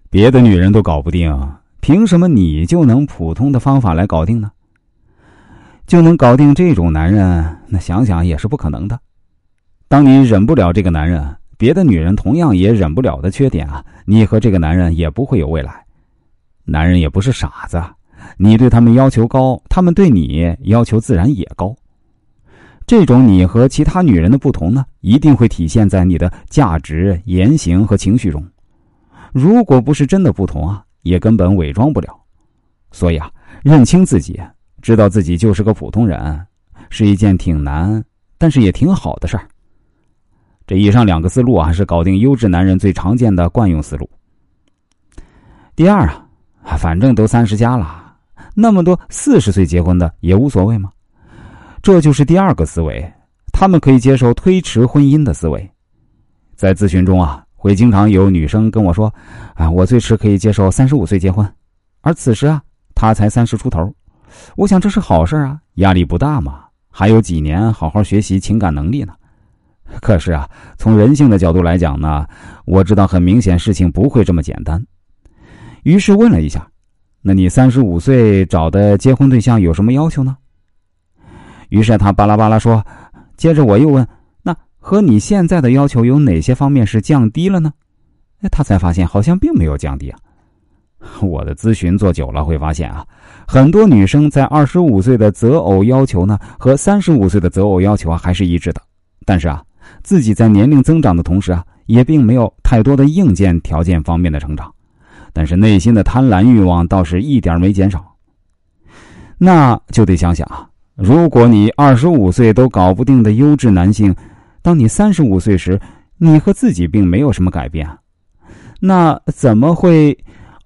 别的女人都搞不定，凭什么你就能普通的方法来搞定呢？就能搞定这种男人，那想想也是不可能的。当你忍不了这个男人，别的女人同样也忍不了的缺点啊，你和这个男人也不会有未来。男人也不是傻子，你对他们要求高，他们对你要求自然也高。这种你和其他女人的不同呢，一定会体现在你的价值、言行和情绪中。如果不是真的不同啊，也根本伪装不了。所以啊，认清自己，知道自己就是个普通人，是一件挺难，但是也挺好的事儿。这以上2个思路啊，是搞定优质男人最常见的惯用思路。第二啊，反正都30加了，那么多40岁结婚的也无所谓吗？这就是第2个思维，他们可以接受推迟婚姻的思维。在咨询中啊，会经常有女生跟我说我最迟可以接受35岁结婚，而此时啊，她才30出头。我想这是好事啊，压力不大嘛，还有几年好好学习情感能力呢。可是啊，从人性的角度来讲呢，我知道很明显事情不会这么简单。于是问了一下，那你35岁找的结婚对象有什么要求呢？于是他巴拉巴拉说，接着我又问，那和你现在的要求有哪些方面是降低了呢？他才发现好像并没有降低啊。我的咨询做久了会发现啊，很多女生在25岁的择偶要求呢，和35岁的择偶要求还是一致的。但是啊，自己在年龄增长的同时啊，也并没有太多的硬件条件方面的成长，但是内心的贪婪欲望倒是一点没减少。那就得想想啊，如果你25岁都搞不定的优质男性，当你35岁时，你和自己并没有什么改变，那怎么会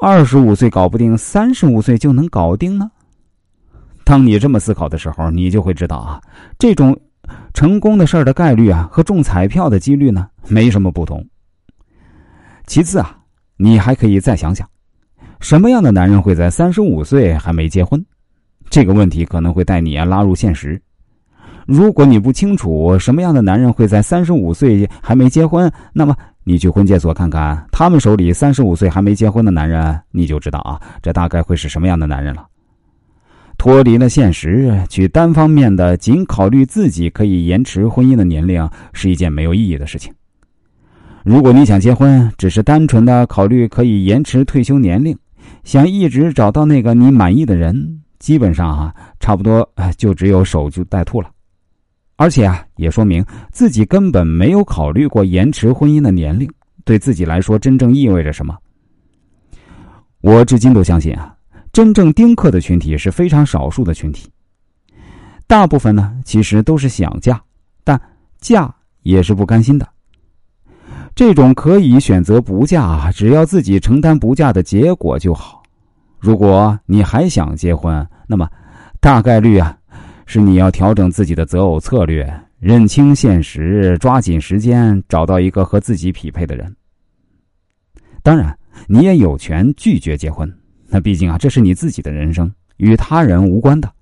25岁搞不定，35岁就能搞定呢？当你这么思考的时候，你就会知道啊，这种成功的事儿的概率啊，和中彩票的几率呢，没什么不同。其次啊，你还可以再想想，什么样的男人会在35岁还没结婚？这个问题可能会带你拉入现实。如果你不清楚什么样的男人会在35岁还没结婚，那么你去婚介所看看，他们手里35岁还没结婚的男人，你就知道啊，这大概会是什么样的男人了。脱离了现实，去单方面的仅考虑自己可以延迟婚姻的年龄，是一件没有意义的事情。如果你想结婚，只是单纯的考虑可以延迟退休年龄，想一直找到那个你满意的人，基本上差不多就只有守株待兔了。而且也说明自己根本没有考虑过延迟婚姻的年龄对自己来说真正意味着什么。我至今都相信真正丁克的群体是非常少数的群体，大部分呢其实都是想嫁，但嫁也是不甘心的。这种可以选择不嫁，只要自己承担不嫁的结果就好。如果你还想结婚，那么大概率是你要调整自己的择偶策略，认清现实，抓紧时间找到一个和自己匹配的人。当然你也有权拒绝结婚，那毕竟这是你自己的人生，与他人无关的。